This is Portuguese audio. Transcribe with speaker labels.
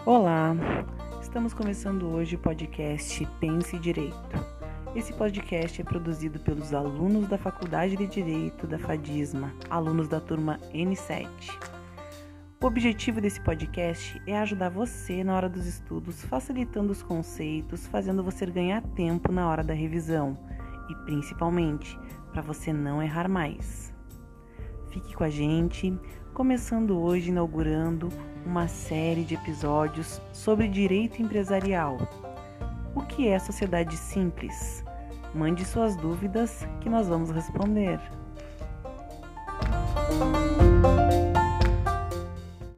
Speaker 1: Olá, estamos começando hoje o podcast Pense Direito. Esse podcast é produzido pelos alunos da Faculdade de Direito da FADISMA, alunos da turma N7. O objetivo desse podcast é ajudar você na hora dos estudos, facilitando os conceitos, fazendo você ganhar tempo na hora da revisão e, principalmente, para você não errar mais. Fique com a gente, começando hoje, inaugurando uma série de episódios sobre direito empresarial. O que é sociedade simples? Mande suas dúvidas que nós vamos responder.